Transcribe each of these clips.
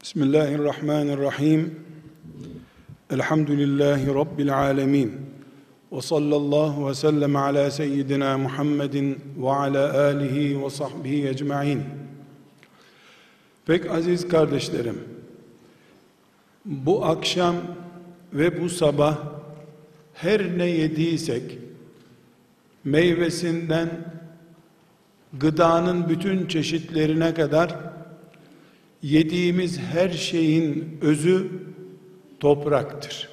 Bismillahirrahmanirrahim. Elhamdülillahi Rabbil alemin. Ve sallallahu ve sellem ala seyyidina Muhammedin ve ala alihi ve sahbihi ecma'in. Pek aziz kardeşlerim, bu akşam ve bu sabah her ne yediysek, meyvesinden gıdanın bütün çeşitlerine kadar yediğimiz her şeyin özü topraktır.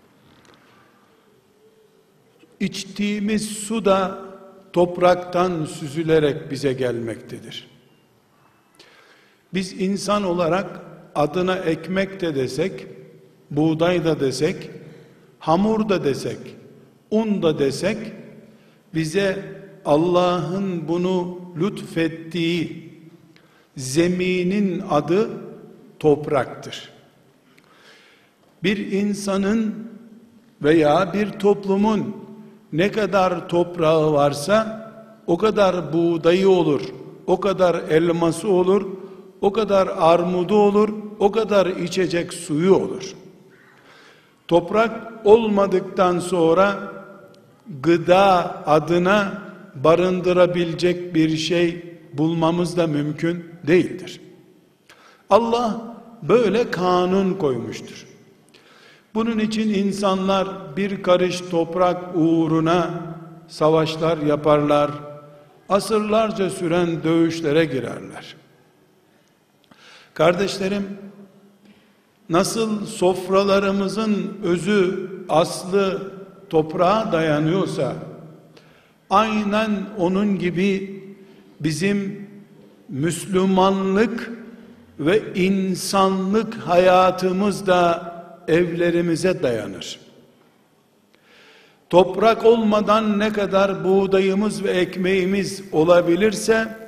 İçtiğimiz su da topraktan süzülerek bize gelmektedir. Biz insan olarak adına ekmek de desek, buğday da desek, hamur da desek, un da desek, bize Allah'ın bunu lütfettiği zeminin adı topraktır. Bir insanın veya bir toplumun ne kadar toprağı varsa o kadar buğdayı olur, o kadar elması olur, o kadar armudu olur, o kadar içecek suyu olur. Toprak olmadıktan sonra gıda adına barındırabilecek bir şey bulmamız da mümkün değildir. Allah böyle kanun koymuştur. Bunun için insanlar bir karış toprak uğruna savaşlar yaparlar, asırlarca süren dövüşlere girerler. Kardeşlerim, nasıl sofralarımızın özü, aslı toprağa dayanıyorsa, aynen onun gibi bizim Müslümanlık ve insanlık hayatımız da evlerimize dayanır. Toprak olmadan ne kadar buğdayımız ve ekmeğimiz olabilirse,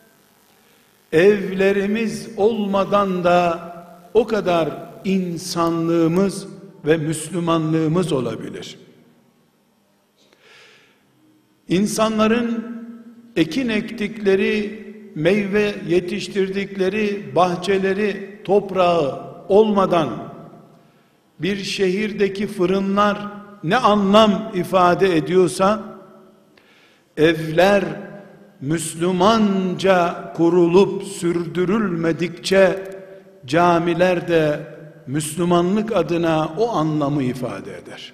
evlerimiz olmadan da o kadar insanlığımız ve Müslümanlığımız olabilir. İnsanların ekin ektikleri, meyve yetiştirdikleri bahçeleri, toprağı olmadan bir şehirdeki fırınlar ne anlam ifade ediyorsa, evler Müslümanca kurulup sürdürülmedikçe camiler de Müslümanlık adına o anlamı ifade eder.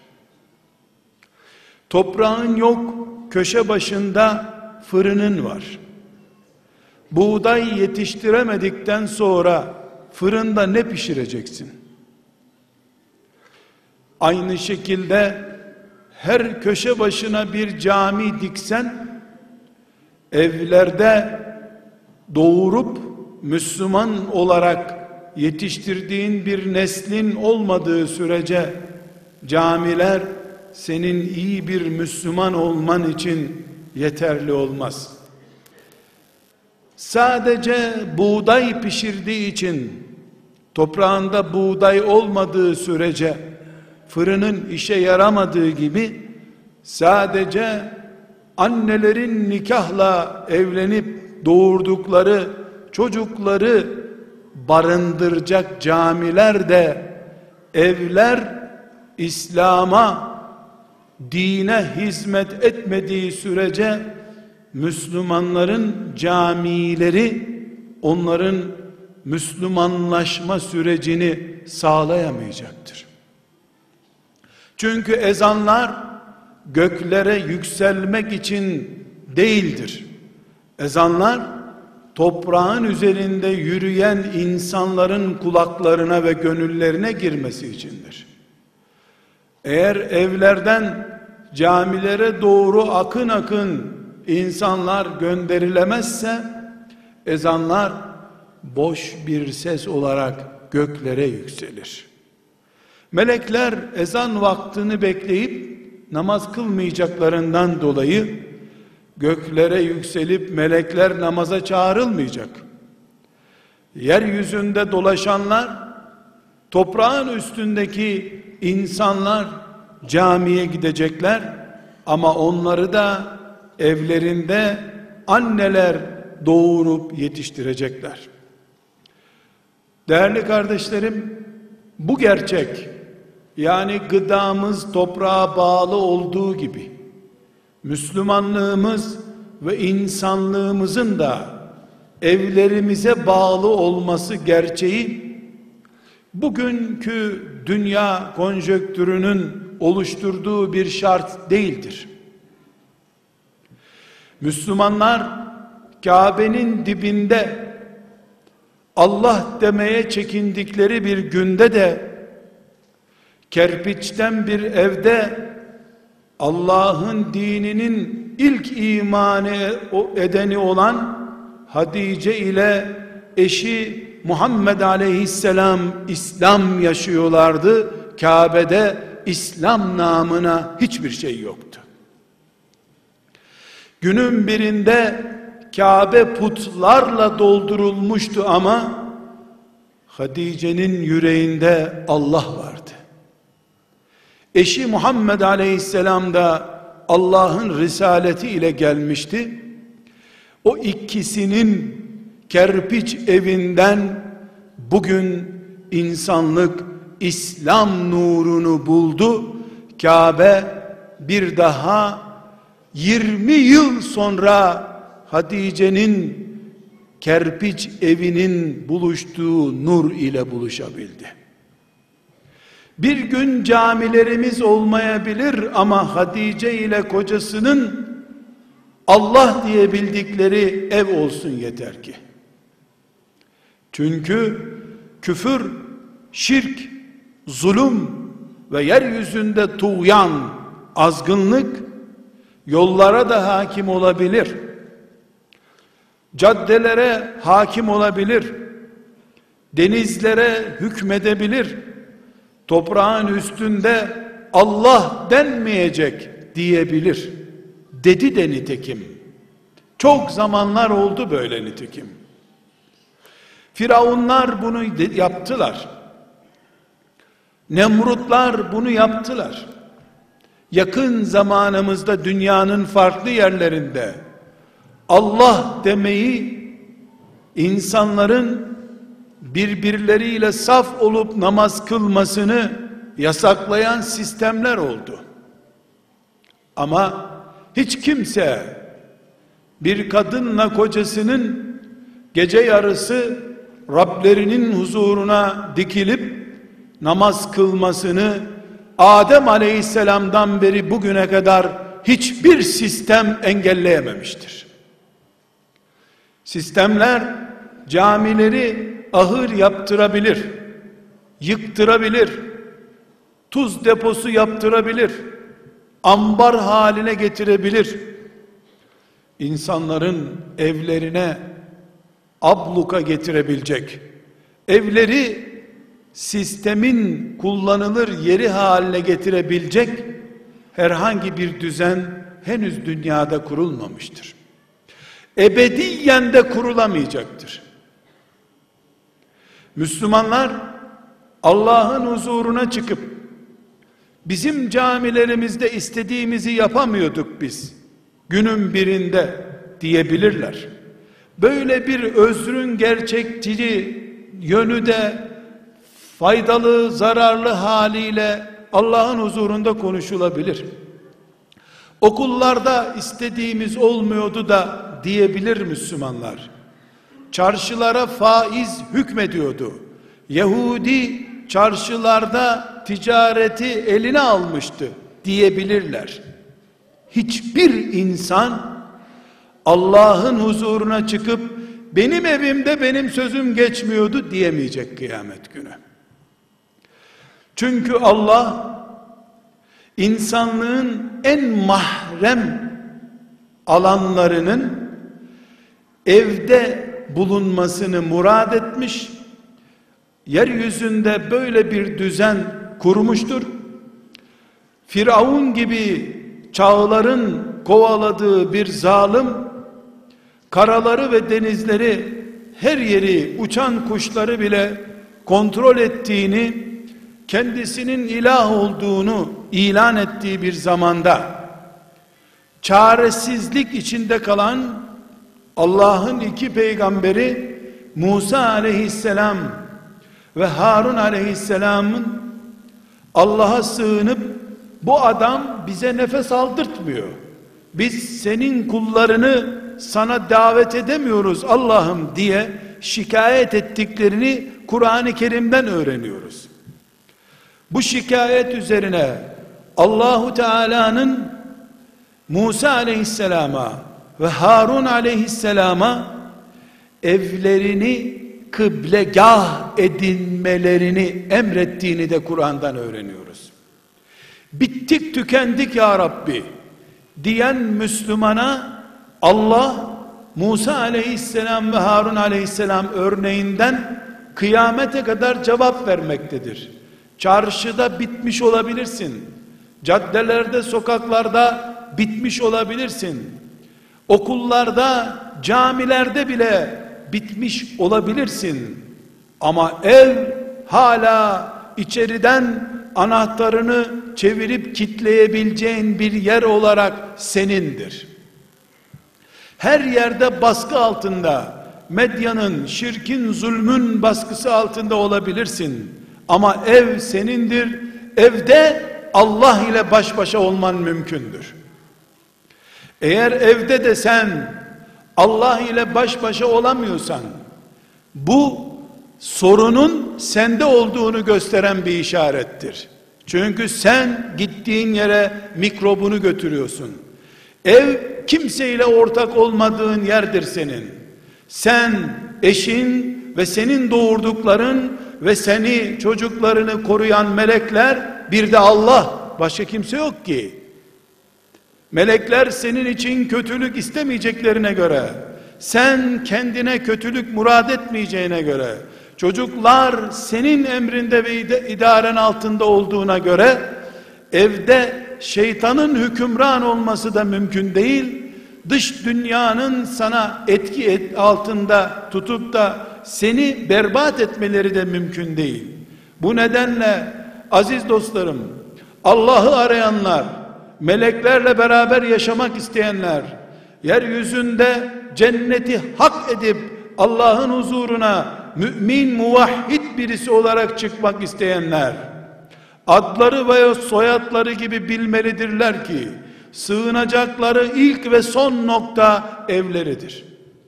Toprağın yok, köşe başında fırının var. Buğday yetiştiremedikten sonra fırında ne pişireceksin? Aynı şekilde her köşe başına bir cami diksen, evlerde doğurup Müslüman olarak yetiştirdiğin bir neslin olmadığı sürece camiler senin iyi bir Müslüman olman için yeterli olmaz. Sadece buğday pişirdiği için, toprağında buğday olmadığı sürece fırının işe yaramadığı gibi, sadece annelerin nikahla evlenip doğurdukları çocukları barındıracak camiler de, evler İslam'a, dine hizmet etmediği sürece Müslümanların camileri onların Müslümanlaşma sürecini sağlayamayacaktır. Çünkü ezanlar göklere yükselmek için değildir. Ezanlar toprağın üzerinde yürüyen insanların kulaklarına ve gönüllerine girmesi içindir. Eğer evlerden camilere doğru akın akın insanlar gönderilemezse, ezanlar boş bir ses olarak göklere yükselir. Melekler ezan vaktini bekleyip namaz kılmayacaklarından dolayı göklere yükselip melekler namaza çağrılmayacak. Yeryüzünde dolaşanlar, toprağın üstündeki insanlar camiye gidecekler ama onları da evlerinde anneler doğurup yetiştirecekler. Değerli kardeşlerim, bu gerçek, yani gıdamız toprağa bağlı olduğu gibi Müslümanlığımız ve insanlığımızın da evlerimize bağlı olması gerçeği bugünkü dünya konjonktürünün oluşturduğu bir şart değildir. Müslümanlar Kabe'nin dibinde Allah demeye çekindikleri bir günde de kerpiçten bir evde Allah'ın dininin ilk imanı edeni olan Hatice ile eşi Muhammed Aleyhisselam İslam yaşıyorlardı. Kabe'de İslam namına hiçbir şey yoktu. Günün birinde Kabe putlarla doldurulmuştu ama Hatice'nin yüreğinde Allah vardı. Eşi Muhammed Aleyhisselam da Allah'ın risaleti ile gelmişti. O ikisinin kerpiç evinden bugün insanlık İslam nurunu buldu. Kabe bir daha 20 yıl sonra Hatice'nin kerpiç evinin buluştuğu nur ile buluşabildi. Bir gün camilerimiz olmayabilir ama Hatice ile kocasının Allah diyebildikleri ev olsun yeter ki. Çünkü küfür, şirk, zulüm ve yeryüzünde tuğyan, azgınlık yollara da hakim olabilir. Caddelere hakim olabilir. Denizlere hükmedebilir. Toprağın üstünde Allah denmeyecek diyebilir. Dedi de nitekim. Çok zamanlar oldu böyle nitekim. Firavunlar bunu yaptılar. Nemrutlar bunu yaptılar. Yakın zamanımızda dünyanın farklı yerlerinde Allah demeyi insanların birbirleriyle saf olup namaz kılmasını yasaklayan sistemler oldu. Ama hiç kimse bir kadınla kocasının gece yarısı Rablerinin huzuruna dikilip namaz kılmasını Adem Aleyhisselam'dan beri bugüne kadar hiçbir sistem engelleyememiştir. Sistemler camileri ahır yaptırabilir, yıktırabilir, tuz deposu yaptırabilir, ambar haline getirebilir. İnsanların evlerine abluka getirebilecek, evleri sistemin kullanılır yeri haline getirebilecek herhangi bir düzen henüz dünyada kurulmamıştır. Ebediyen de kurulamayacaktır. Müslümanlar Allah'ın huzuruna çıkıp bizim camilerimizde istediğimizi yapamıyorduk biz günün birinde diyebilirler. Böyle bir özrün gerçekçiliği yönü de faydalı, zararlı haliyle Allah'ın huzurunda konuşulabilir. Okullarda istediğimiz olmuyordu da diyebilir Müslümanlar. Çarşılara faiz hükmediyordu. Yahudi çarşılarda ticareti eline almıştı diyebilirler. Hiçbir insan Allah'ın huzuruna çıkıp benim evimde benim sözüm geçmiyordu diyemeyecek kıyamet günü. Çünkü Allah insanlığın en mahrem alanlarının evde bulunmasını murad etmiş, yeryüzünde böyle bir düzen kurmuştur. Firavun gibi çağların kovaladığı bir zalim, karaları ve denizleri, her yeri, uçan kuşları bile kontrol ettiğini, kendisinin ilah olduğunu ilan ettiği bir zamanda, çaresizlik içinde kalan Allah'ın iki peygamberi Musa aleyhisselam ve Harun aleyhisselamın Allah'a sığınıp, bu adam bize nefes aldırtmıyor, biz senin kullarını sana davet edemiyoruz Allah'ım diye şikayet ettiklerini Kur'an-ı Kerim'den öğreniyoruz. Bu şikayet üzerine Allahu Teala'nın Musa aleyhisselama ve Harun aleyhisselama evlerini kıblegah edinmelerini emrettiğini de Kur'an'dan öğreniyoruz. Bittik tükendik ya Rabbi diyen Müslümana Allah Musa aleyhisselam ve Harun aleyhisselam örneğinden kıyamete kadar cevap vermektedir. Çarşıda bitmiş olabilirsin, caddelerde, sokaklarda bitmiş olabilirsin, okullarda, camilerde bile bitmiş olabilirsin, ama ev hala içeriden anahtarını çevirip kitleyebileceğin bir yer olarak senindir. Her yerde baskı altında, medyanın, şirkin, zulmün baskısı altında olabilirsin, ama ev senindir. Evde Allah ile baş başa olman mümkündür. Eğer evde de sen Allah ile baş başa olamıyorsan, bu sorunun sende olduğunu gösteren bir işarettir. Çünkü sen gittiğin yere mikrobunu götürüyorsun. Ev kimseyle ortak olmadığın yerdir senin. Sen, eşin ve senin doğurdukların ve seni, çocuklarını koruyan melekler, bir de Allah, başka kimse yok ki. Melekler senin için kötülük istemeyeceklerine göre, sen kendine kötülük murad etmeyeceğine göre, çocuklar senin emrinde ve idaren altında olduğuna göre, evde şeytanın hükümran olması da mümkün değil, dış dünyanın sana etki altında tutup da seni berbat etmeleri de mümkün değil. Bu nedenle aziz dostlarım, Allah'ı arayanlar, meleklerle beraber yaşamak isteyenler, yeryüzünde cenneti hak edip Allah'ın huzuruna mümin, muvahhid birisi olarak çıkmak isteyenler, adları veya soyadları gibi bilmelidirler ki, sığınacakları ilk ve son nokta evleridir.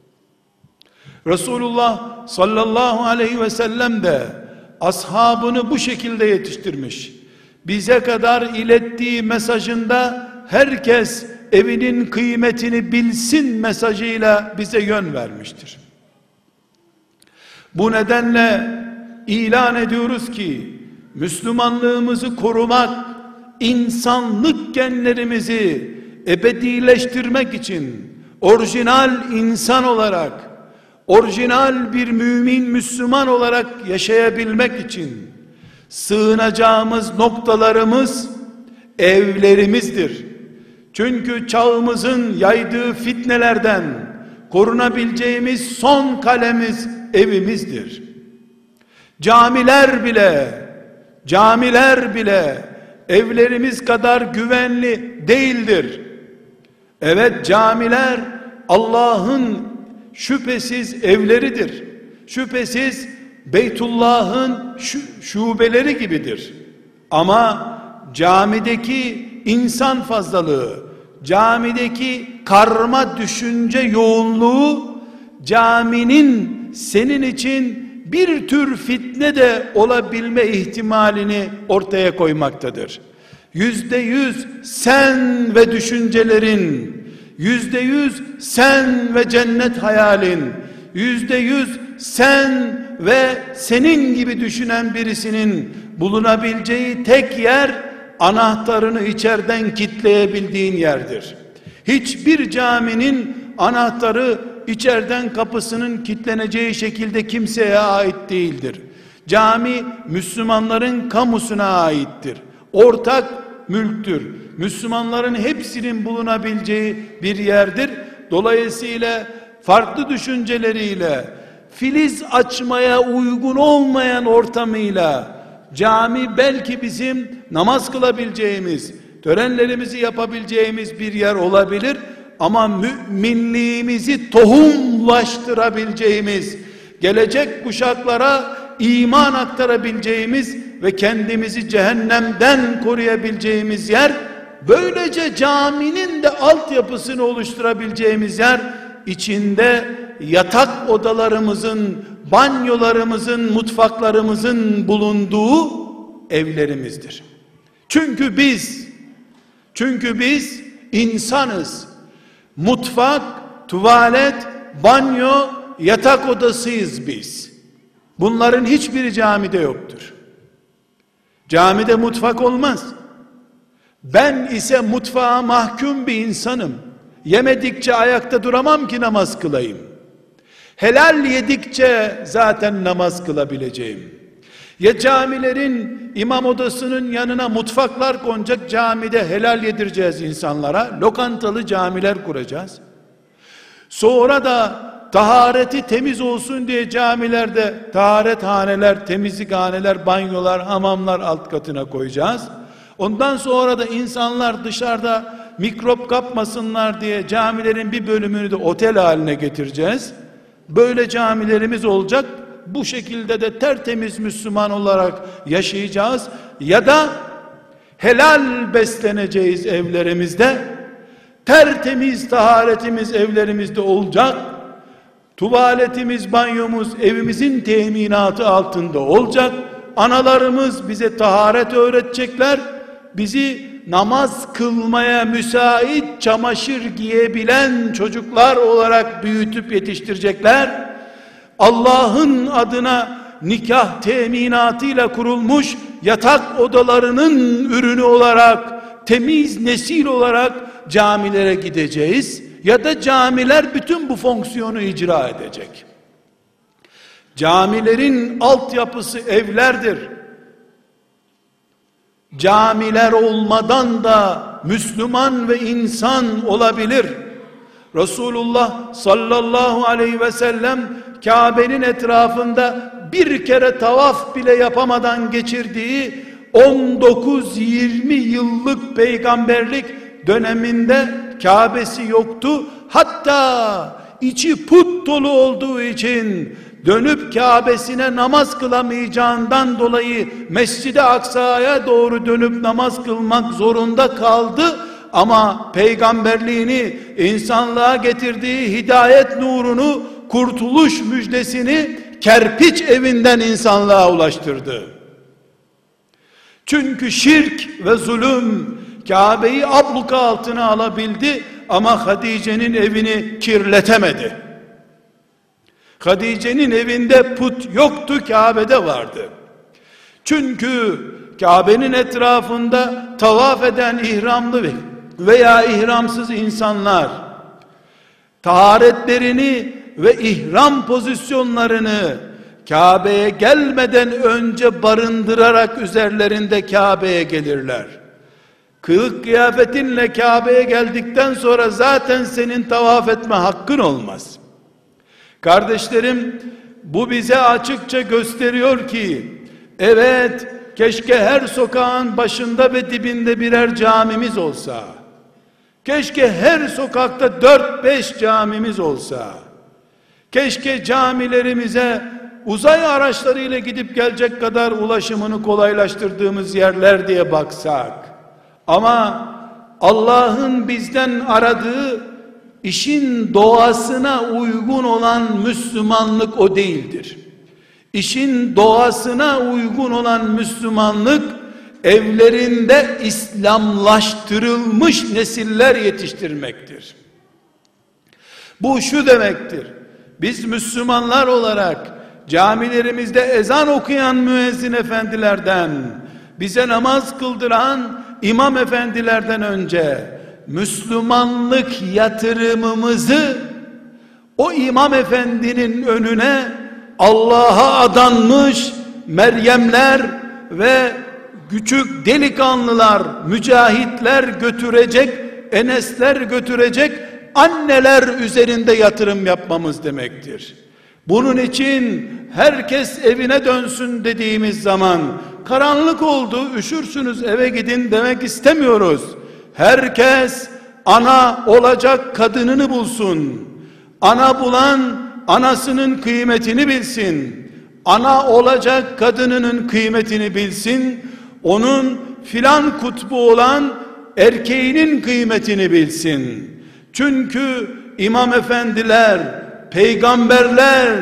Resulullah sallallahu aleyhi ve sellem de ashabını bu şekilde yetiştirmiş. Bize kadar ilettiği mesajında herkes evinin kıymetini bilsin mesajıyla bize yön vermiştir. Bu nedenle ilan ediyoruz ki, Müslümanlığımızı korumak, insanlık genlerimizi ebedileştirmek için, orijinal insan olarak, orijinal bir mümin Müslüman olarak yaşayabilmek için sığınacağımız noktalarımız evlerimizdir. Çünkü çağımızın yaydığı fitnelerden korunabileceğimiz son kalemiz evimizdir. Camiler bile evlerimiz kadar güvenli değildir. Evet, camiler Allah'ın şüphesiz evleridir. Şüphesiz Beytullah'ın şubeleri gibidir. Ama camideki insan fazlalığı, camideki karma düşünce yoğunluğu, caminin senin için bir tür fitne de olabilme ihtimalini ortaya koymaktadır. %100 sen ve düşüncelerin, %100 sen ve cennet hayalin, %100 sen ve senin gibi düşünen birisinin bulunabileceği tek yer, anahtarını içeriden kitleyebildiğin yerdir. Hiçbir caminin anahtarı içeriden kapısının kilitleneceği şekilde kimseye ait değildir. Cami Müslümanların kamusuna aittir. Ortak mülktür. Müslümanların hepsinin bulunabileceği bir yerdir. Dolayısıyla farklı düşünceleriyle, filiz açmaya uygun olmayan ortamıyla, cami belki bizim namaz kılabileceğimiz, törenlerimizi yapabileceğimiz bir yer olabilir, ama müminliğimizi tohumlaştırabileceğimiz, gelecek kuşaklara iman aktarabileceğimiz ve kendimizi cehennemden koruyabileceğimiz yer, böylece caminin de altyapısını oluşturabileceğimiz yer, içinde yatak odalarımızın, banyolarımızın, mutfaklarımızın bulunduğu evlerimizdir. Çünkü biz insanız. Mutfak, tuvalet, banyo, yatak odasıyız biz. Bunların hiçbiri camide yoktur. Camide mutfak olmaz. Ben ise mutfağa mahkum bir insanım. Yemedikçe ayakta duramam ki namaz kılayım. Helal yedikçe zaten namaz kılabileceğim. Ya camilerin imam odasının yanına mutfaklar konacak, camide helal yedireceğiz insanlara, lokantalı camiler kuracağız. Sonra da tahareti temiz olsun diye camilerde taharethaneler, temizlikhaneler, banyolar, hamamlar alt katına koyacağız. Ondan sonra da insanlar dışarıda mikrop kapmasınlar diye camilerin bir bölümünü de otel haline getireceğiz. Böyle camilerimiz olacak. Bu şekilde de tertemiz Müslüman olarak yaşayacağız. Ya da helal besleneceğiz evlerimizde. Tertemiz taharetimiz evlerimizde olacak. Tuvaletimiz, banyomuz evimizin teminatı altında olacak. Analarımız bize taharet öğretecekler. Bizi namaz kılmaya müsait çamaşır giyebilen çocuklar olarak büyütüp yetiştirecekler. Allah'ın adına nikah teminatıyla kurulmuş yatak odalarının ürünü olarak, temiz nesil olarak camilere gideceğiz. Ya da camiler bütün bu fonksiyonu icra edecek. Camilerin altyapısı evlerdir. Camiler olmadan da Müslüman ve insan olabilir. Resulullah sallallahu aleyhi ve sellem Kabe'nin etrafında bir kere tavaf bile yapamadan geçirdiği 19-20 yıllık peygamberlik döneminde Kabe'si yoktu. Hatta içi put dolu olduğu için dönüp Kabe'sine namaz kılamayacağından dolayı Mescid-i Aksa'ya doğru dönüp namaz kılmak zorunda kaldı. Ama peygamberliğini, insanlığa getirdiği hidayet nurunu, kurtuluş müjdesini kerpiç evinden insanlığa ulaştırdı. Çünkü şirk ve zulüm Kabe'yi abluka altına alabildi ama Hatice'nin evini kirletemedi. Hatice'nin evinde put yoktu, Kabe'de vardı. Çünkü Kabe'nin etrafında tavaf eden ihramlı veya ihramsız insanlar taharetlerini ve ihram pozisyonlarını Kabe'ye gelmeden önce barındırarak üzerlerinde Kabe'ye gelirler. Kılık kıyafetinle Kabe'ye geldikten sonra zaten senin tavaf etme hakkın olmaz. Kardeşlerim, bu bize açıkça gösteriyor ki evet, keşke her sokağın başında ve dibinde birer camimiz olsa. Keşke her sokakta 4-5 camimiz olsa. Keşke camilerimize uzay araçlarıyla gidip gelecek kadar ulaşımını kolaylaştırdığımız yerler diye baksak. Ama Allah'ın bizden aradığı işin doğasına uygun olan Müslümanlık o değildir. İşin doğasına uygun olan Müslümanlık, evlerinde İslamlaştırılmış nesiller yetiştirmektir. Bu şu demektir: biz Müslümanlar olarak camilerimizde ezan okuyan müezzin efendilerden, bize namaz kıldıran imam efendilerden önce Müslümanlık yatırımımızı o imam efendinin önüne Allah'a adanmış Meryemler ve küçük delikanlılar, mücahitler götürecek, Enesler götürecek anneler üzerinde yatırım yapmamız demektir. Bunun için herkes evine dönsün dediğimiz zaman, karanlık oldu, üşürsünüz, eve gidin demek istemiyoruz. Herkes ana olacak kadınını bulsun. Ana bulan anasının kıymetini bilsin. ana olacak kadınının kıymetini bilsin, onun filan kutbu olan erkeğinin kıymetini bilsin. Çünkü imam efendiler, peygamberler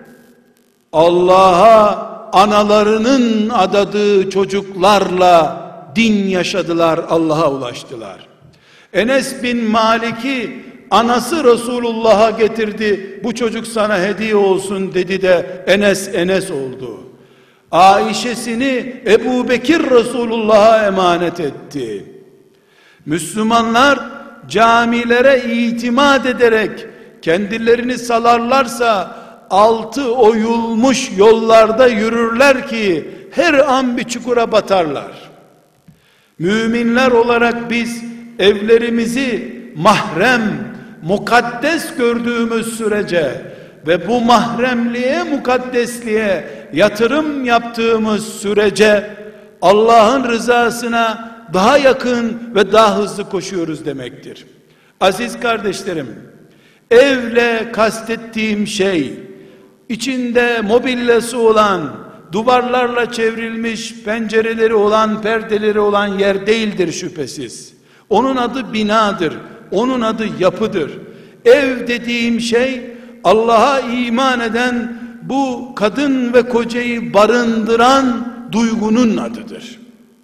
Allah'a analarının adadığı çocuklarla din yaşadılar, Allah'a ulaştılar. Enes bin Malik'i anası Resulullah'a getirdi, bu çocuk sana hediye olsun dedi de Enes oldu. Ayşe'sini Ebu Bekir Resulullah'a emanet etti. Müslümanlar camilere itimat ederek kendilerini salarlarsa altı oyulmuş yollarda yürürler ki her an bir çukura batarlar. Müminler olarak biz evlerimizi mahrem, mukaddes gördüğümüz sürece ve bu mahremliğe, mukaddesliğe yatırım yaptığımız sürece Allah'ın rızasına daha yakın ve daha hızlı koşuyoruz demektir. Aziz kardeşlerim, evle kastettiğim şey, içinde mobilyası olan, duvarlarla çevrilmiş, pencereleri olan, perdeleri olan yer değildir şüphesiz. Onun adı binadır, onun adı yapıdır. Ev dediğim şey, Allah'a iman eden bu kadın ve kocayı barındıran duygunun adıdır.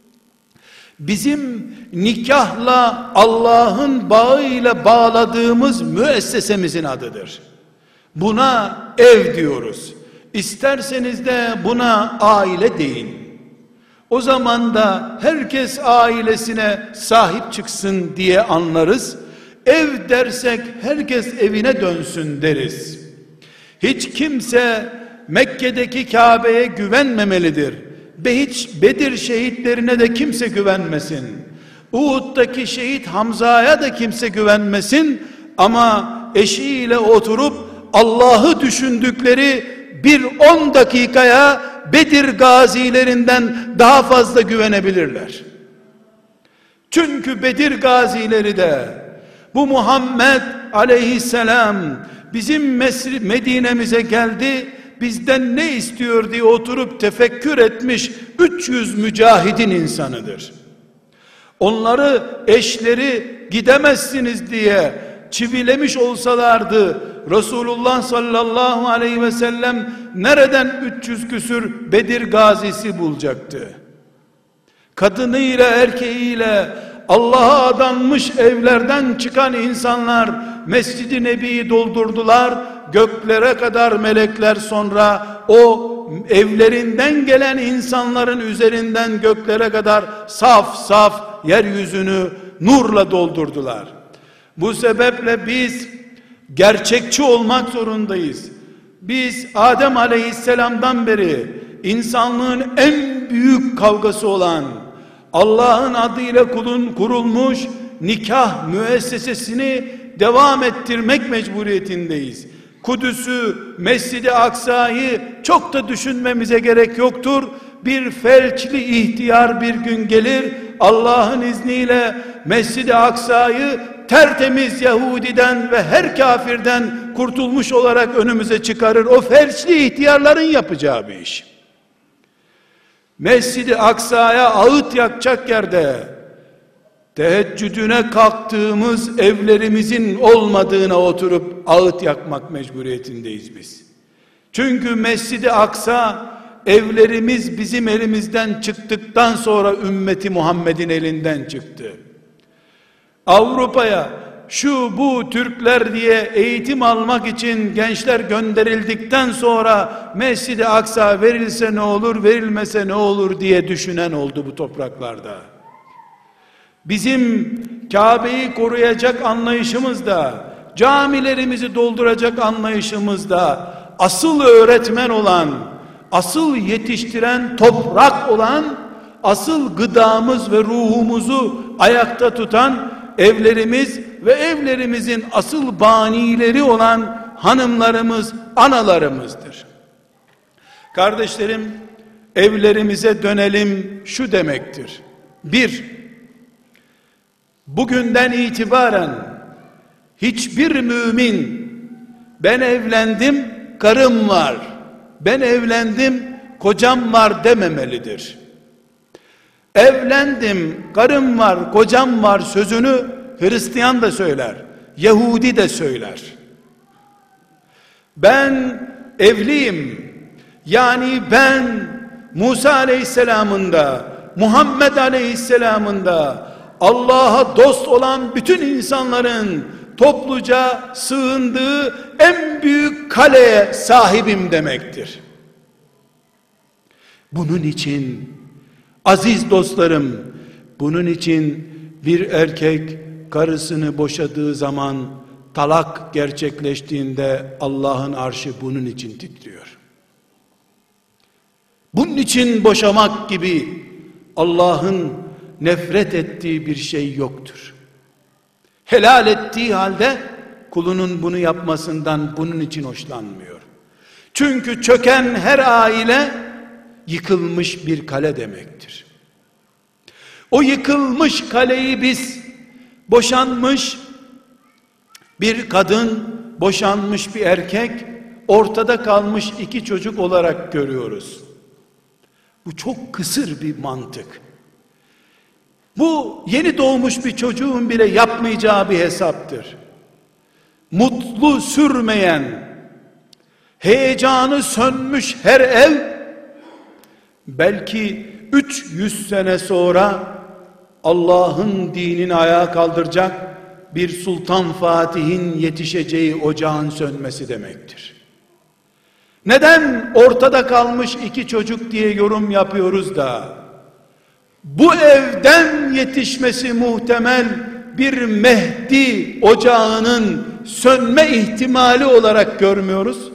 Bizim nikahla Allah'ın bağıyla bağladığımız müessesemizin adıdır. Buna ev diyoruz. İsterseniz de buna aile deyin. O zaman da herkes ailesine sahip çıksın diye anlarız. Ev dersek herkes evine dönsün deriz. Hiç kimse Mekke'deki Kabe'ye güvenmemelidir. Hiç Bedir şehitlerine de kimse güvenmesin. Uhud'daki şehit Hamza'ya da kimse güvenmesin. Ama eşiyle oturup Allah'ı düşündükleri bir 10 dakikaya Bedir gazilerinden daha fazla güvenebilirler. Çünkü Bedir gazileri de bu Muhammed aleyhisselam bizim Medine'mize geldi, bizden ne istiyor diye oturup tefekkür etmiş 300 mücahidin insanıdır. Onları eşleri gidemezsiniz diye çivilemiş olsalardı Resulullah sallallahu aleyhi ve sellem nereden 300 küsür Bedir gazisi bulacaktı? Kadınıyla erkeğiyle Allah'a adanmış evlerden çıkan insanlar Mescid-i Nebi'yi doldurdular. Göklere kadar melekler sonra o evlerinden gelen insanların üzerinden göklere kadar saf saf yeryüzünü nurla doldurdular. Bu sebeple biz gerçekçi olmak zorundayız. Biz Adem aleyhisselamdan beri insanlığın en büyük kavgası olan Allah'ın adıyla kurulmuş nikah müessesesini devam ettirmek mecburiyetindeyiz. Kudüs'ü, Mescid-i Aksa'yı çok da düşünmemize gerek yoktur. Bir felçli ihtiyar bir gün gelir, Allah'ın izniyle Mescid-i Aksa'yı tertemiz Yahudiden ve her kafirden kurtulmuş olarak önümüze çıkarır. O felçli ihtiyarların yapacağı bir iş. Mescid-i Aksa'ya ağıt yakacak yerde teheccüdüne kalktığımız evlerimizin olmadığına oturup ağıt yakmak mecburiyetindeyiz biz. Çünkü Mescid-i Aksa evlerimiz bizim elimizden çıktıktan sonra ümmeti Muhammed'in elinden çıktı. Avrupa'ya şu bu Türkler diye eğitim almak için gençler gönderildikten sonra Mescid-i Aksa verilse ne olur, verilmese ne olur diye düşünen oldu bu topraklarda. Bizim Kabe'yi koruyacak anlayışımızda, camilerimizi dolduracak anlayışımızda asıl öğretmen olan, asıl yetiştiren toprak olan, asıl gıdamız ve ruhumuzu ayakta tutan evlerimiz ve evlerimizin asıl banileri olan hanımlarımız, analarımızdır. Kardeşlerim, evlerimize dönelim şu demektir. 1. Bugünden itibaren hiçbir mümin ben evlendim, karım var ben evlendim, kocam var dememelidir. Evlendim, karım var, kocam var sözünü Hristiyan da söyler, Yahudi de söyler. Ben evliyim, yani ben Musa Aleyhisselam'ın da Muhammed Aleyhisselam'ın da Allah'a dost olan bütün insanların topluca sığındığı en büyük kaleye sahibim demektir. Bunun için aziz dostlarım, bunun için bir erkek karısını boşadığı zaman, talak gerçekleştiğinde Allah'ın arşı bunun için titriyor. Bunun için boşamak gibi Allah'ın nefret ettiği bir şey yoktur. Helal ettiği halde kulunun bunu yapmasından bunun için hoşlanmıyor. Çünkü çöken her aile yıkılmış bir kale demektir. O yıkılmış kaleyi biz boşanmış bir kadın, boşanmış bir erkek, ortada kalmış iki çocuk olarak görüyoruz. Bu çok kısır bir mantık. Bu yeni doğmuş bir çocuğun bile yapmayacağı bir hesaptır. Mutlu sürmeyen, heyecanı sönmüş her ev, belki 300 sene sonra Allah'ın dinini ayağa kaldıracak bir Sultan Fatih'in yetişeceği ocağın sönmesi demektir. Neden ortada kalmış iki çocuk diye yorum yapıyoruz da bu evden yetişmesi muhtemel bir Mehdi ocağının sönme ihtimali olarak görmüyoruz?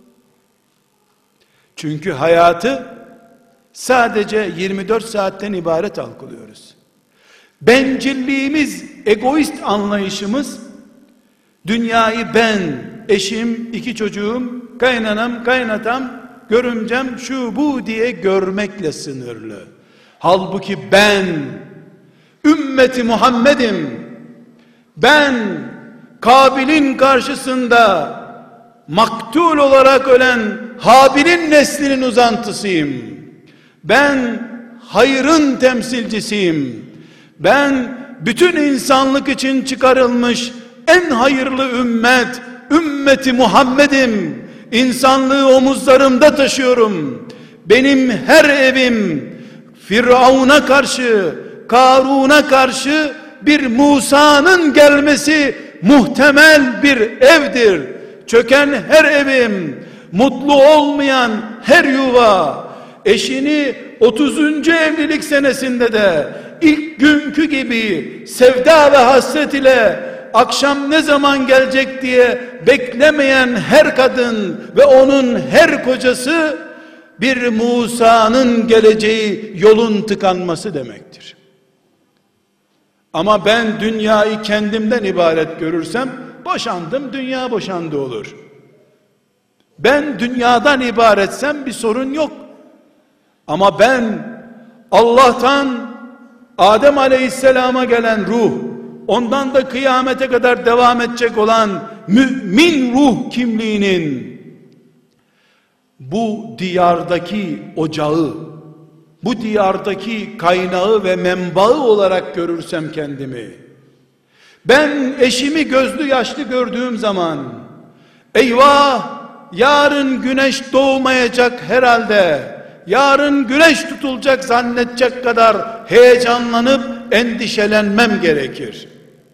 Çünkü hayatı sadece 24 saatten ibaret algılıyoruz. Bencilliğimiz, egoist anlayışımız, dünyayı ben, eşim, iki çocuğum, kaynanam, kaynatam, görümcem, şu bu diye görmekle sınırlı. Halbuki ben, ümmeti Muhammed'im, ben, Kabil'in karşısında maktul olarak ölen Habil'in neslinin uzantısıyım. Ben, hayrın temsilcisiyim. Ben, bütün insanlık için çıkarılmış en hayırlı ümmet, ümmeti Muhammed'im. İnsanlığı omuzlarımda taşıyorum. Benim her evim Firavun'a karşı, Karun'a karşı bir Musa'nın gelmesi muhtemel bir evdir. Çöken her evim, mutlu olmayan her yuva, eşini 30. evlilik senesinde de ilk günkü gibi sevda ve hasret ile akşam ne zaman gelecek diye beklemeyen her kadın ve onun her kocası bir Musa'nın geleceği yolun tıkanması demektir. Ama ben dünyayı kendimden ibaret görürsem boşandım, dünya boşandı olur. Ben dünyadan ibaretsem bir sorun yok. Ama ben Allah'tan Adem Aleyhisselam'a gelen ruh, ondan da kıyamete kadar devam edecek olan mümin ruh kimliğinin bu diyardaki ocağı, bu diyardaki kaynağı ve menbaı olarak görürsem kendimi, ben eşimi gözlü yaşlı gördüğüm zaman, eyvah yarın güneş doğmayacak herhalde, yarın güneş tutulacak zannedecek kadar heyecanlanıp endişelenmem gerekir.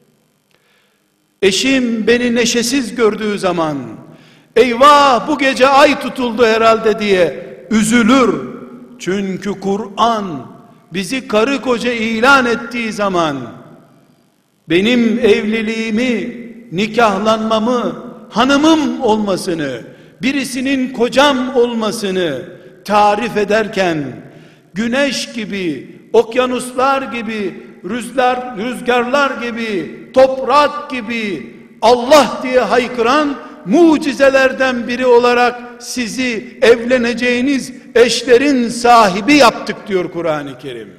Eşim beni neşesiz gördüğü zaman, eyvah bu gece ay tutuldu herhalde diye üzülür. Çünkü Kur'an bizi karı koca ilan ettiği zaman, benim evliliğimi, nikahlanmamı, hanımım olmasını, birisinin kocam olmasını tarif ederken, güneş gibi, okyanuslar gibi, rüzgarlar gibi, toprak gibi Allah diye haykıran mucizelerden biri olarak sizi evleneceğiniz eşlerin sahibi yaptık diyor Kur'an-ı Kerim.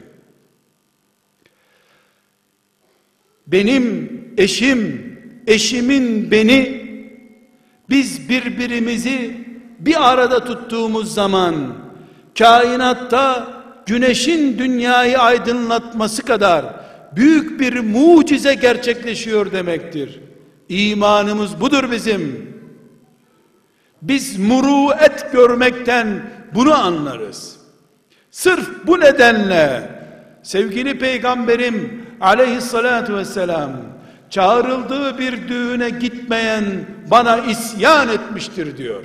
Benim eşim, eşimin beni, biz birbirimizi bir arada tuttuğumuz zaman kainatta güneşin dünyayı aydınlatması kadar büyük bir mucize gerçekleşiyor demektir. İmanımız budur bizim. Biz muruet görmekten bunu anlarız. Sırf bu nedenle sevgili Peygamberim aleyhissalatu vesselam çağrıldığı bir düğüne gitmeyen bana isyan etmiştir diyor.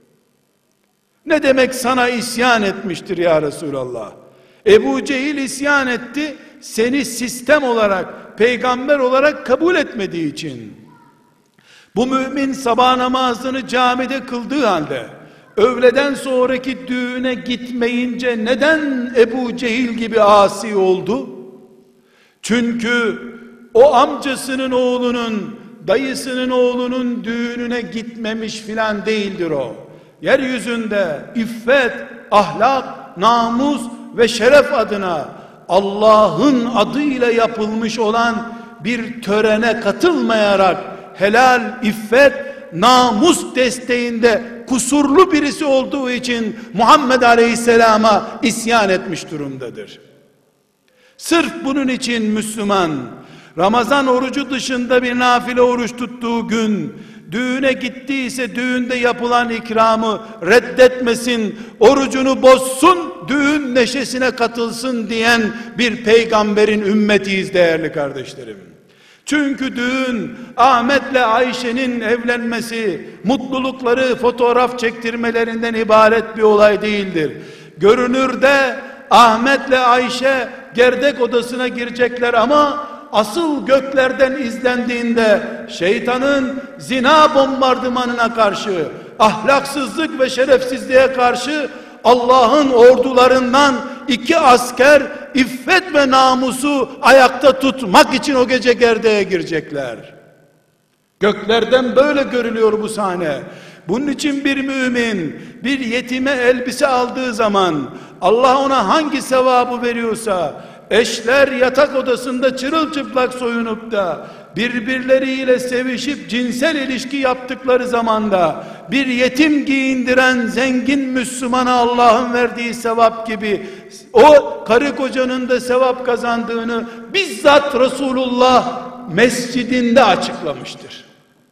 Ne demek sana isyan etmiştir ya Resulallah? Ebu Cehil isyan etti, seni sistem olarak, peygamber olarak kabul etmediği için. Bu mümin sabah namazını camide kıldığı halde öğleden sonraki düğüne gitmeyince neden Ebu Cehil gibi asi oldu? Çünkü o amcasının oğlunun, dayısının oğlunun düğününe gitmemiş filan değildir o. Yeryüzünde iffet, ahlak, namus ve şeref adına Allah'ın adıyla yapılmış olan bir törene katılmayarak helal, iffet, namus desteğinde kusurlu birisi olduğu için Muhammed Aleyhisselam'a isyan etmiş durumdadır. Sırf bunun için Müslüman Ramazan orucu dışında bir nafile oruç tuttuğu gün düğüne gittiyse düğünde yapılan ikramı reddetmesin, orucunu bozsun, düğün neşesine katılsın diyen bir peygamberin ümmetiyiz değerli kardeşlerim. Çünkü düğün Ahmet'le Ayşe'nin evlenmesi, mutlulukları fotoğraf çektirmelerinden ibaret bir olay değildir. Görünürde Ahmet'le Ayşe gerdek odasına girecekler ama asıl göklerden izlendiğinde şeytanın zina bombardımanına karşı, ahlaksızlık ve şerefsizliğe karşı Allah'ın ordularından 2 asker iffet ve namusu ayakta tutmak için o gece gerdeğe girecekler. Göklerden böyle görülüyor bu sahne. Bunun için bir mümin bir yetime elbise aldığı zaman Allah ona hangi sevabı veriyorsa, eşler yatak odasında çırılçıplak soyunup da birbirleriyle sevişip cinsel ilişki yaptıkları zamanda bir yetim giyindiren zengin Müslümana Allah'ın verdiği sevap gibi o karı kocanın da sevap kazandığını bizzat Resulullah mescidinde açıklamıştır.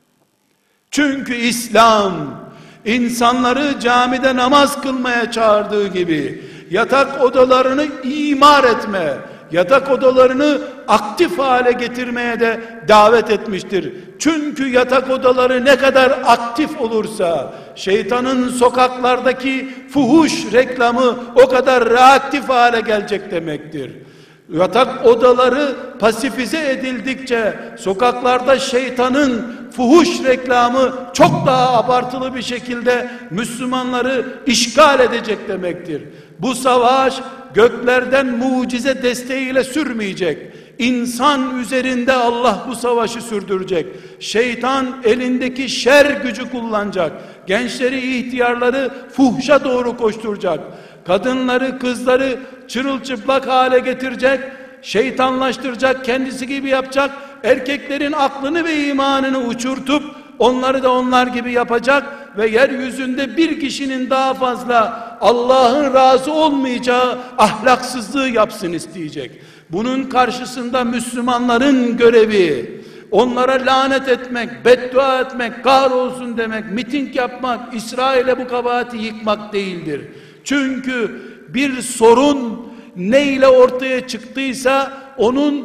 Çünkü İslam insanları camide namaz kılmaya çağırdığı gibi yatak odalarını imar etme, yatak odalarını aktif hale getirmeye de davet etmiştir. Çünkü yatak odaları ne kadar aktif olursa şeytanın sokaklardaki fuhuş reklamı o kadar reaktif hale gelecek demektir. Yatak odaları pasifize edildikçe sokaklarda şeytanın fuhuş reklamı çok daha abartılı bir şekilde Müslümanları işgal edecek demektir. Bu savaş göklerden mucize desteğiyle sürmeyecek. İnsan üzerinde Allah bu savaşı sürdürecek. Şeytan elindeki şer gücü kullanacak. Gençleri, ihtiyarları fuhşa doğru koşturacak. Kadınları, kızları çırılçıplak hale getirecek. Şeytanlaştıracak, kendisi gibi yapacak. Erkeklerin aklını ve imanını uçurtup onları da onlar gibi yapacak ve yeryüzünde bir kişinin daha fazla Allah'ın razı olmayacağı ahlaksızlığı yapsın isteyecek. Bunun karşısında Müslümanların görevi onlara lanet etmek, beddua etmek, kahrolsun demek, miting yapmak, İsrail'e bu kabahati yıkmak değildir. Çünkü bir sorun neyle ortaya çıktıysa onun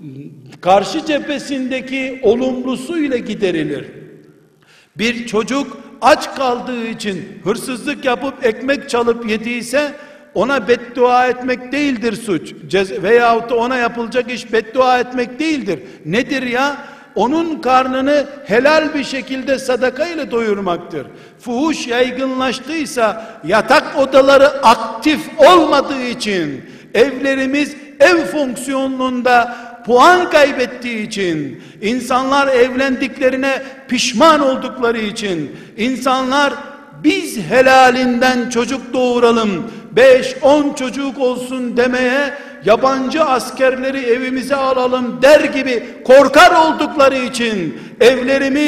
karşı cephesindeki olumlusuyla giderilir. Bir çocuk aç kaldığı için hırsızlık yapıp ekmek çalıp yediyse ona beddua etmek değildir suç. Veyahut da ona yapılacak iş beddua etmek değildir. Nedir ya? Onun karnını helal bir şekilde sadaka ile doyurmaktır. Fuhuş yaygınlaştıysa, yatak odaları aktif olmadığı için, evlerimiz ev fonksiyonluğunda puan kaybettiği için, insanlar evlendiklerine pişman oldukları için, insanlar biz helalinden çocuk doğuralım, 5-10 çocuk olsun demeye, yabancı askerleri evimize alalım der gibi korkar oldukları için evlerimiz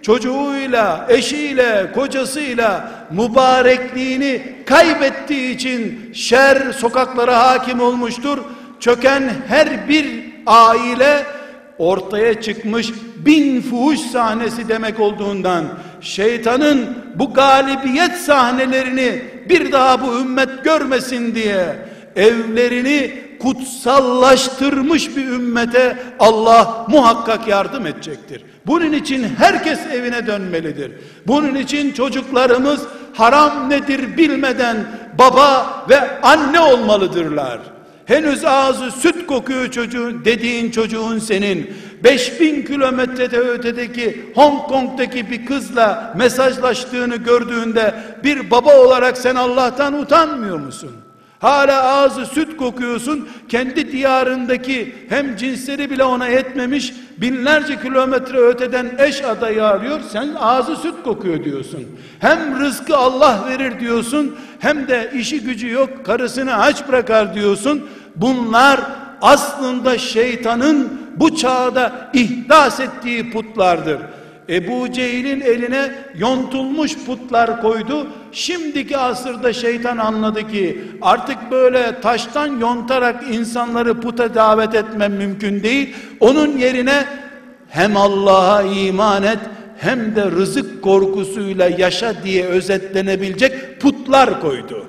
çocuğuyla, eşiyle, kocasıyla mübarekliğini kaybettiği için şer sokaklara hakim olmuştur. Çöken her bir aile ortaya çıkmış 1000 fuhuş sahnesi demek olduğundan, şeytanın bu galibiyet sahnelerini bir daha bu ümmet görmesin diye evlerini kutsallaştırmış bir ümmete Allah muhakkak yardım edecektir. Bunun için herkes evine dönmelidir. Bunun için çocuklarımız haram nedir bilmeden baba ve anne olmalıdırlar. Henüz ağzı süt kokuyor çocuğun dediğin çocuğun senin 5000 kilometrede ötedeki Hong Kong'daki bir kızla mesajlaştığını gördüğünde bir baba olarak sen Allah'tan utanmıyor musun? Hala ağzı süt kokuyorsun, kendi diyarındaki hem cinsleri bile ona yetmemiş binlerce kilometre öteden eş adayı arıyor, sen ağzı süt kokuyor diyorsun. Hem rızkı Allah verir diyorsun, hem de işi gücü yok, karısını aç bırakar diyorsun. Bunlar aslında şeytanın bu çağda ihdas ettiği putlardır. Ebu Cehil'in eline yontulmuş putlar koydu. Şimdiki asırda şeytan anladı ki artık böyle taştan yontarak insanları puta davet etmem mümkün değil. Onun yerine hem Allah'a iman et hem de rızık korkusuyla yaşa diye özetlenebilecek putlar koydu.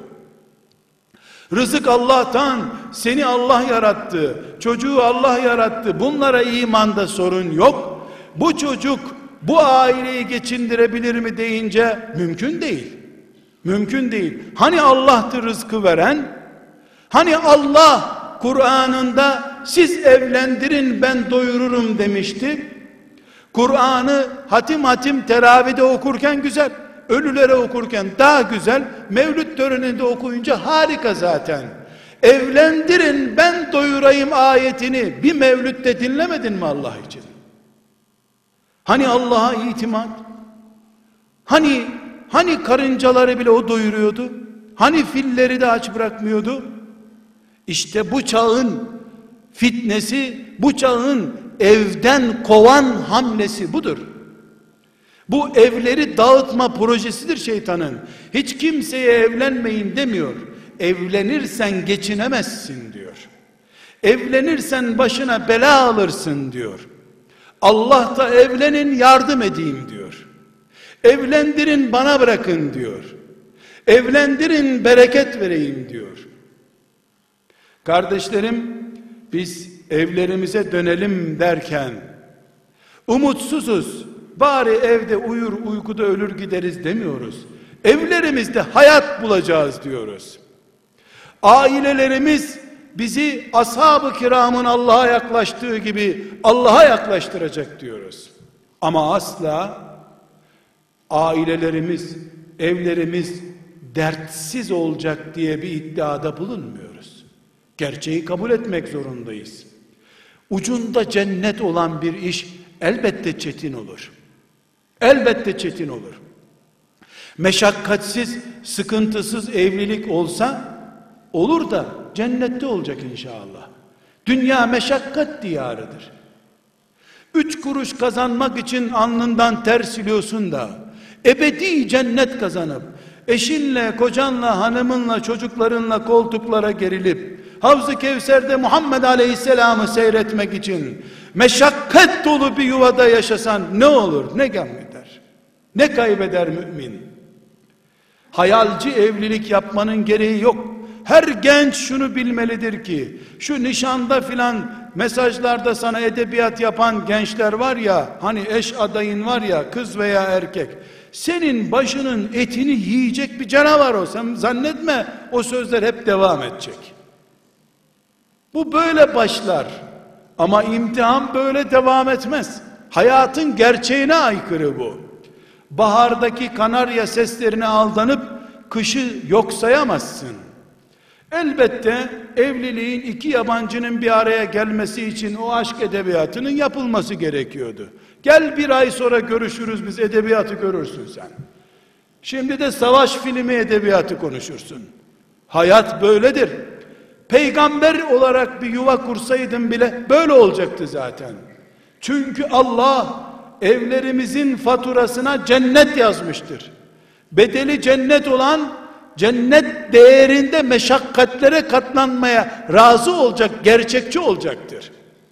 Rızık Allah'tan, seni Allah yarattı, çocuğu Allah yarattı. Bunlara imanda sorun yok. Bu çocuk bu aileyi geçindirebilir mi deyince mümkün değil. Mümkün değil. Hani Allah'tı rızkı veren? Hani Allah Kur'an'ında siz evlendirin ben doyururum demişti. Kur'an'ı hatim hatim teravide okurken güzel, ölülere okurken daha güzel, mevlüt töreninde okuyunca harika zaten. Evlendirin ben doyurayım ayetini bir mevlütte dinlemedin mi Allah için? Hani Allah'a itimat? Hani karıncaları bile o doyuruyordu? Hani filleri de aç bırakmıyordu? İşte bu çağın fitnesi, bu çağın evden kovan hamlesi budur. Bu evleri dağıtma projesidir şeytanın. Hiç kimseye evlenmeyin demiyor. Evlenirsen geçinemezsin diyor. Evlenirsen başına bela alırsın diyor. Allah da evlenin yardım edeyim diyor. Evlendirin bana bırakın diyor. Evlendirin bereket vereyim diyor. Kardeşlerim, biz evlerimize dönelim derken umutsuzuz, bari evde uyur uykuda ölür gideriz demiyoruz. Evlerimizde hayat bulacağız diyoruz. Ailelerimiz bizi ashab-ı kiramın Allah'a yaklaştığı gibi Allah'a yaklaştıracak diyoruz. Ama asla ailelerimiz, evlerimiz dertsiz olacak diye bir iddiada bulunmuyoruz. Gerçeği kabul etmek zorundayız. Ucunda cennet olan bir iş elbette çetin olur. Elbette çetin olur. Meşakkatsiz, sıkıntısız evlilik olsa olur da cennette olacak inşallah. Dünya meşakkat diyarıdır. 3 kuruş kazanmak için alnından ter siliyorsun da ebedi cennet kazanıp eşinle, kocanla, hanımınla, çocuklarınla koltuklara gerilip Havz-ı Kevser'de Muhammed Aleyhisselam'ı seyretmek için meşakkat dolu bir yuvada yaşasan ne olur, ne gam eder, ne kaybeder mümin? Hayalci evlilik yapmanın gereği yok. Her genç şunu bilmelidir ki, şu nişanda filan mesajlarda sana edebiyat yapan gençler var ya, hani eş adayın var ya, kız veya erkek, senin başının etini yiyecek bir canavar o. Sen zannetme o sözler hep devam edecek. Bu böyle başlar. Ama imtihan böyle devam etmez. Hayatın gerçeğine aykırı bu. Bahardaki kanarya seslerine aldanıp kışı yok sayamazsın. Elbette evliliğin iki yabancının bir araya gelmesi için o aşk edebiyatının yapılması gerekiyordu. Gel bir ay sonra görüşürüz, biz edebiyatı görürsün sen. Şimdi de savaş filmi edebiyatı konuşursun. Hayat böyledir. Peygamber olarak bir yuva kursaydın bile böyle olacaktı zaten. Çünkü Allah evlerimizin faturasına cennet yazmıştır. Bedeli cennet olan, cennet değerinde meşakkatlere katlanmaya razı olacak, gerçekçi olacaktır.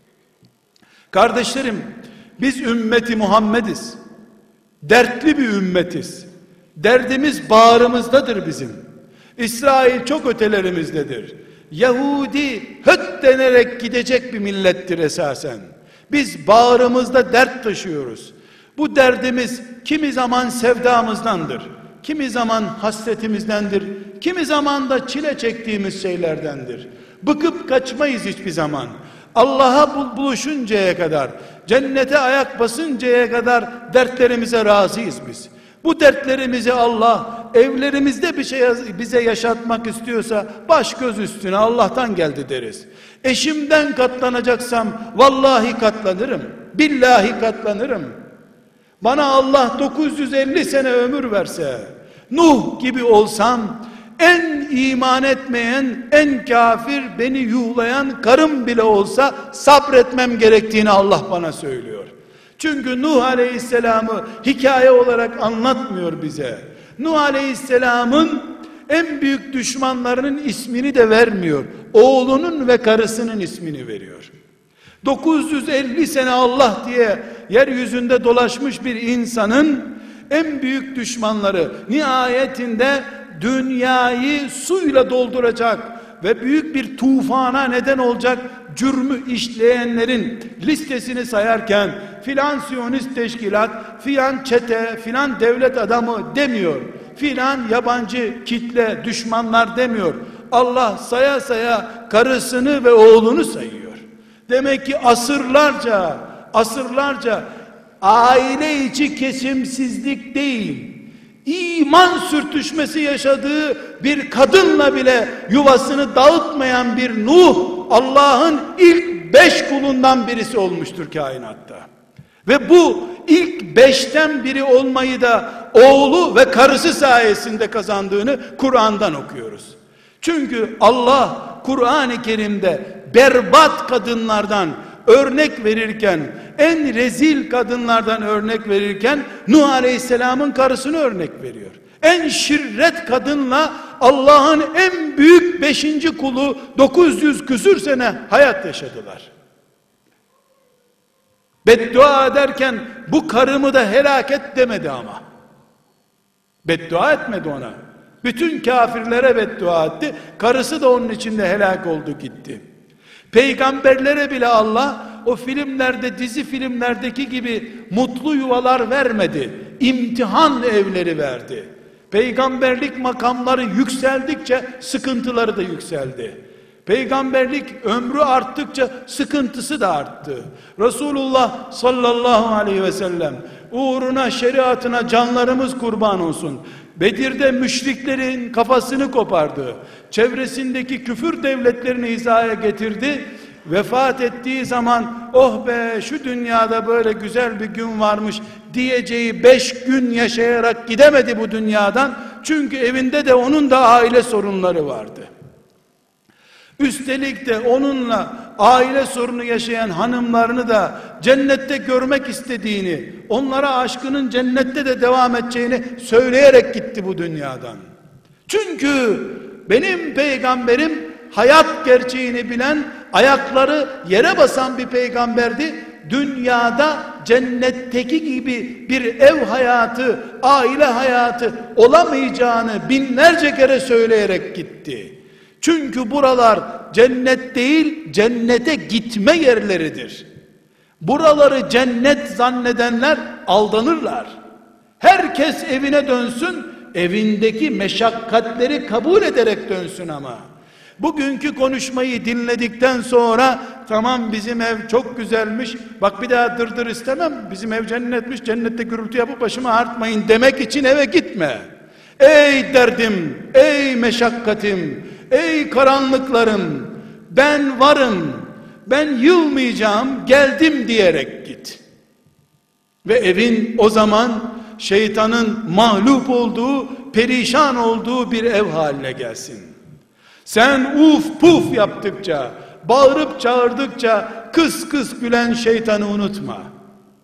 Kardeşlerim, biz ümmeti Muhammediz. Dertli bir ümmetiz. Derdimiz bağrımızdadır bizim. İsrail çok ötelerimizdedir. Yahudi höt denerek gidecek bir millettir esasen. Biz bağrımızda dert taşıyoruz. Bu derdimiz kimi zaman sevdamızdandır, kimi zaman hasretimizdendir, kimi zaman da çile çektiğimiz şeylerdendir. Bıkıp kaçmayız hiçbir zaman. Allah'a buluşuncaya kadar, cennete ayak basıncaya kadar dertlerimize razıyız biz. Bu dertlerimizi Allah evlerimizde bir şey bize yaşatmak istiyorsa baş göz üstüne Allah'tan geldi deriz. Eşimden katlanacaksam vallahi katlanırım, billahi katlanırım. Bana Allah 950 sene ömür verse, Nuh gibi olsam, en iman etmeyen, en kafir, beni yuhlayan karım bile olsa sabretmem gerektiğini Allah bana söylüyor. Çünkü Nuh Aleyhisselam'ı hikaye olarak anlatmıyor bize. Nuh Aleyhisselam'ın en büyük düşmanlarının ismini de vermiyor. Oğlunun ve karısının ismini veriyor. 950 sene Allah diye yeryüzünde dolaşmış bir insanın en büyük düşmanları nihayetinde dünyayı suyla dolduracak ve büyük bir tufana neden olacak cürmü işleyenlerin listesini sayarken filan siyonist teşkilat, filan çete, filan devlet adamı demiyor. Filan yabancı kitle, düşmanlar demiyor. Allah saya saya karısını ve oğlunu sayıyor. Demek ki asırlarca aile içi kesimsizlik değil, iman sürtüşmesi yaşadığı bir kadınla bile yuvasını dağıtmayan bir Nuh, Allah'ın ilk 5 kulundan birisi olmuştur kainatta. Ve bu ilk 5'ten biri olmayı da oğlu ve karısı sayesinde kazandığını Kur'an'dan okuyoruz. Çünkü Allah Kur'an-ı Kerim'de berbat kadınlardan örnek verirken, en rezil kadınlardan örnek verirken Nuh Aleyhisselam'ın karısını örnek veriyor. En şirret kadınla Allah'ın en büyük 5. kulu 900 küsür sene hayat yaşadılar. Beddua ederken bu karımı da helak et demedi ama. Beddua etmedi ona. Bütün kafirlere beddua etti. Karısı da onun içinde helak oldu gitti. Peygamberlere bile Allah o filmlerde, dizi filmlerdeki gibi mutlu yuvalar vermedi. İmtihan evleri verdi. Peygamberlik makamları yükseldikçe sıkıntıları da yükseldi. Peygamberlik ömrü arttıkça sıkıntısı da arttı. Resulullah sallallahu aleyhi ve sellem uğruna, şeriatına canlarımız kurban olsun. Bedir'de müşriklerin kafasını kopardı. Çevresindeki küfür devletlerini hizaya getirdi. Vefat ettiği zaman oh be şu dünyada böyle güzel bir gün varmış diyeceği 5 gün yaşayarak gidemedi bu dünyadan. Çünkü evinde de onun da aile sorunları vardı. Üstelik de onunla aile sorunu yaşayan hanımlarını da cennette görmek istediğini, onlara aşkının cennette de devam edeceğini söyleyerek gitti bu dünyadan. Çünkü benim peygamberim hayat gerçeğini bilen, ayakları yere basan bir peygamberdi. Dünyada cennetteki gibi bir ev hayatı, aile hayatı olamayacağını binlerce kere söyleyerek gitti. Çünkü buralar cennet değil, cennete gitme yerleridir. Buraları cennet zannedenler aldanırlar. Herkes evine dönsün, evindeki meşakkatleri kabul ederek dönsün ama. Bugünkü konuşmayı dinledikten sonra tamam bizim ev çok güzelmiş, bak bir daha dırdır istemem, bizim ev cennetmiş, cennette gürültü yapıp başımı ağrıtmayın demek için eve gitme. Ey derdim, ey meşakkatim, ey karanlıklarım, ben varım, ben yılmayacağım, geldim diyerek git. Ve evin o zaman şeytanın mağlup olduğu, perişan olduğu bir ev haline gelsin. Sen uf puf yaptıkça, bağırıp çağırdıkça kıs kıs gülen şeytanı unutma.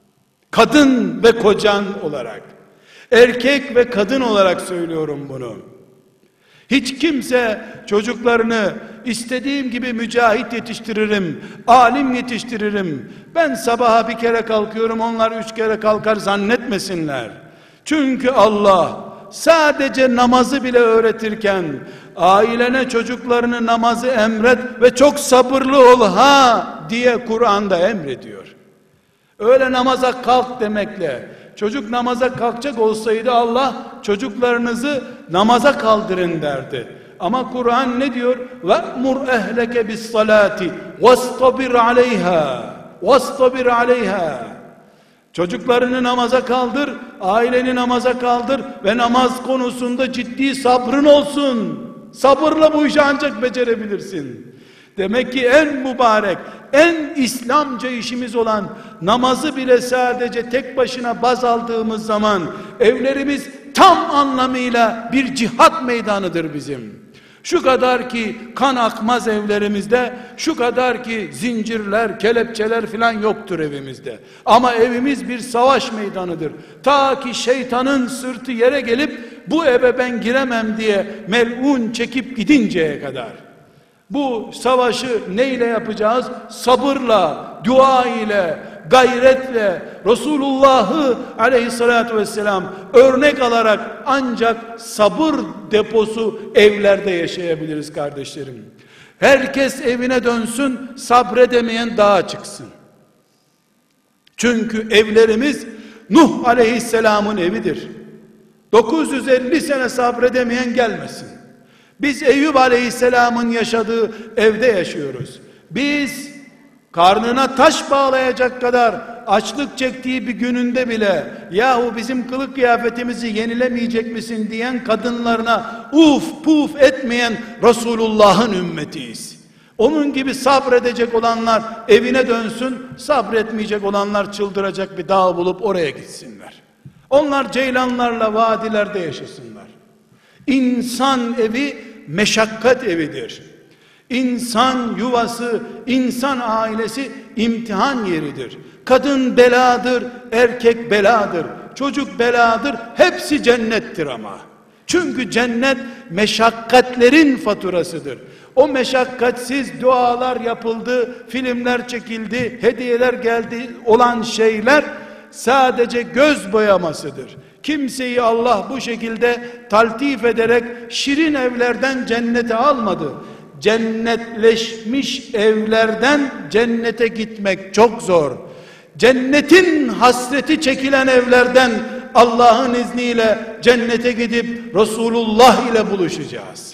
Kadın ve kocan olarak, erkek ve kadın olarak söylüyorum bunu. Hiç kimse çocuklarını istediğim gibi mücahit yetiştiririm, alim yetiştiririm, ben sabaha bir kere kalkıyorum, onlar 3 kere kalkar zannetmesinler. Çünkü Allah sadece namazı bile öğretirken, ailene çocuklarını namazı emret ve çok sabırlı ol ha diye Kur'an'da emrediyor. Öyle namaza kalk demekle, çocuk namaza kalkacak olsaydı Allah çocuklarınızı namaza kaldırın derdi. Ama Kur'an ne diyor? وَأْمُرْ اَهْلَكَ بِالصَّلَاةِ وَاسْتَبِرْ عَلَيْهَا وَاسْتَبِرْ عَلَيْهَا. Çocuklarını namaza kaldır, aileni namaza kaldır ve namaz konusunda ciddi sabrın olsun. Sabırla bu işi ancak becerebilirsin. Demek ki en mübarek, en İslamca işimiz olan namazı bile sadece tek başına baz aldığımız zaman evlerimiz tam anlamıyla bir cihat meydanıdır bizim. Şu kadar ki kan akmaz evlerimizde, şu kadar ki zincirler, kelepçeler filan yoktur evimizde. Ama evimiz bir savaş meydanıdır. Ta ki şeytanın sırtı yere gelip bu eve ben giremem diye melun çekip gidinceye kadar. Bu savaşı neyle yapacağız? Sabırla, dua ile, gayretle, Resulullah'ı aleyhissalatü vesselam örnek alarak ancak sabır deposu evlerde yaşayabiliriz kardeşlerim. Herkes evine dönsün, sabredemeyen dağa çıksın. Çünkü evlerimiz Nuh aleyhisselamın evidir. 950 sene sabredemeyen gelmesin. Biz Eyüp aleyhisselamın yaşadığı evde yaşıyoruz. Biz karnına taş bağlayacak kadar açlık çektiği bir gününde bile yahu bizim kılık kıyafetimizi yenilemeyecek misin diyen kadınlarına uf puf etmeyen Resulullah'ın ümmetiyiz. Onun gibi sabredecek olanlar evine dönsün, sabretmeyecek olanlar çıldıracak bir dağ bulup oraya gitsinler. Onlar ceylanlarla vadilerde yaşasınlar. İnsan evi meşakkat evidir. İnsan yuvası, insan ailesi imtihan yeridir. Kadın beladır, erkek beladır, çocuk beladır, hepsi cennettir ama. Çünkü cennet meşakkatlerin faturasıdır. O meşakkatsiz dualar yapıldı, filmler çekildi, hediyeler geldi olan şeyler sadece göz boyamasıdır. Kimseyi Allah bu şekilde taltif ederek şirin evlerden cennete almadı. Cennetleşmiş evlerden cennete gitmek çok zor. Cennetin hasreti çekilen evlerden Allah'ın izniyle cennete gidip Resulullah ile buluşacağız.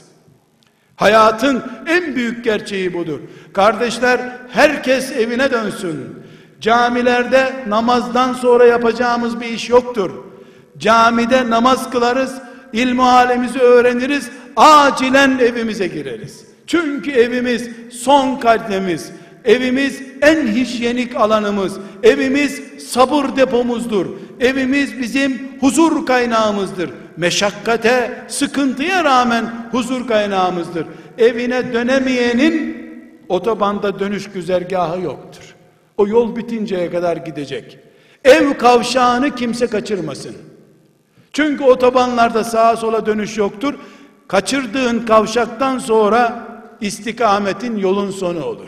Hayatın en büyük gerçeği budur. Kardeşler, herkes evine dönsün. Camilerde namazdan sonra yapacağımız bir iş yoktur. Camide namaz kılarız, ilmi alemizi öğreniriz, acilen evimize gireriz. Çünkü evimiz son kademimiz, evimiz en hijyenik alanımız, evimiz sabır depomuzdur, evimiz bizim huzur kaynağımızdır. Meşakkate, sıkıntıya rağmen huzur kaynağımızdır. Evine dönemeyenin otobanda dönüş güzergahı yoktur. O yol bitinceye kadar gidecek. Ev kavşağını kimse kaçırmasın. Çünkü otobanlarda sağa sola dönüş yoktur. Kaçırdığın kavşaktan sonra istikametin yolun sonu olur.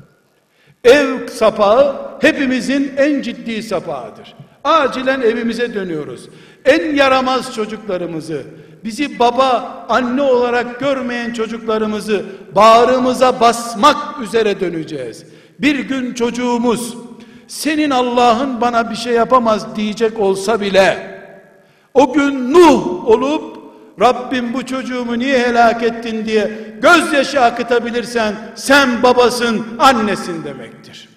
Ev sapağı hepimizin en ciddi sapağıdır. Acilen evimize dönüyoruz. En yaramaz çocuklarımızı, bizi baba, anne olarak görmeyen çocuklarımızı bağrımıza basmak üzere döneceğiz. Bir gün çocuğumuz senin Allah'ın bana bir şey yapamaz diyecek olsa bile o gün Nuh olup Rabbim bu çocuğumu niye helak ettin diye gözyaşı akıtabilirsen sen babasın, annesin demektir.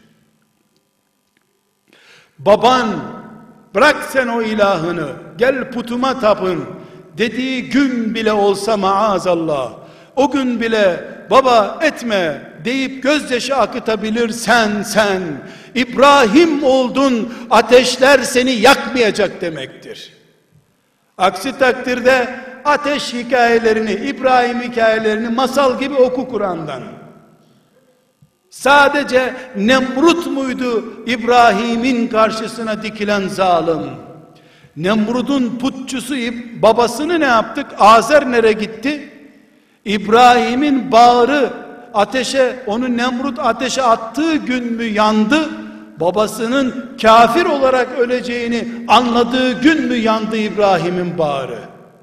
Baban bırak sen o ilahını, gel putuma tapın dediği gün bile olsa maazallah, o gün bile baba etme deyip gözyaşı akıtabilirsen sen İbrahim oldun, ateşler seni yakmayacak demektir. Aksi takdirde ateş hikayelerini, İbrahim hikayelerini masal gibi oku Kur'an'dan. Sadece Nemrut muydu İbrahim'in karşısına dikilen zalim? Nemrut'un putçusu babasını ne yaptık? Azer nereye gitti? İbrahim'in bağrı ateşe, onu Nemrut ateşe attığı gün mü yandı? Babasının kafir olarak öleceğini anladığı gün mü yandı İbrahim'in bağrı?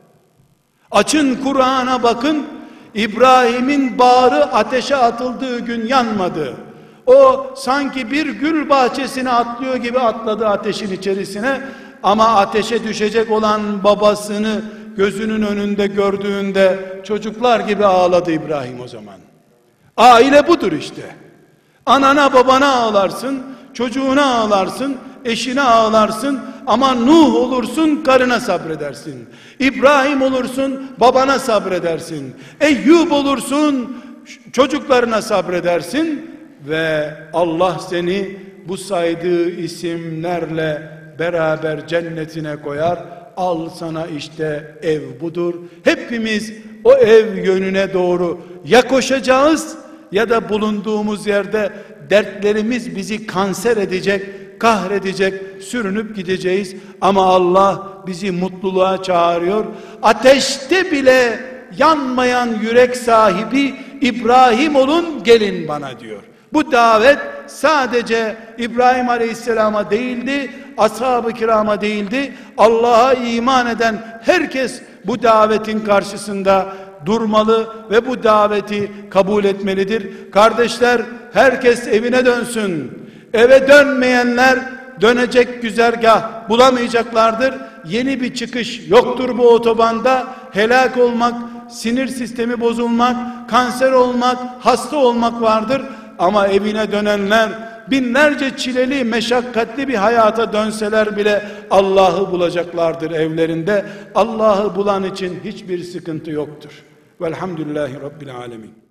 Açın Kur'an'a bakın, İbrahim'in bağrı ateşe atıldığı gün yanmadı. O sanki bir gül bahçesine atlıyor gibi atladı ateşin içerisine, ama ateşe düşecek olan babasını gözünün önünde gördüğünde çocuklar gibi ağladı İbrahim o zaman. Aile budur işte. Anana babana ağlarsın, çocuğuna ağlarsın, eşine ağlarsın, ama Nuh olursun karına sabredersin. İbrahim olursun babana sabredersin. Eyyub olursun çocuklarına sabredersin ve Allah seni bu saydığı isimlerle beraber cennetine koyar. Al sana işte ev budur. Hepimiz o ev yönüne doğru ya koşacağız ya da bulunduğumuz yerde dertlerimiz bizi kanser edecek, kahredecek, sürünüp gideceğiz. Ama Allah bizi mutluluğa çağırıyor. Ateşte bile yanmayan yürek sahibi İbrahim olun, gelin bana diyor. Bu davet sadece İbrahim Aleyhisselam'a değildi, ashab-ı kirama değildi. Allah'a iman eden herkes bu davetin karşısında durmalı ve bu daveti kabul etmelidir. Kardeşler, herkes evine dönsün. Eve dönmeyenler dönecek güzergah bulamayacaklardır. Yeni bir çıkış yoktur bu otobanda. Helak olmak, sinir sistemi bozulmak, kanser olmak, hasta olmak vardır. Ama evine dönenler binlerce çileli, meşakkatli bir hayata dönseler bile Allah'ı bulacaklardır evlerinde. Allah'ı bulan için hiçbir sıkıntı yoktur. Velhamdülillahi Rabbil Alemin.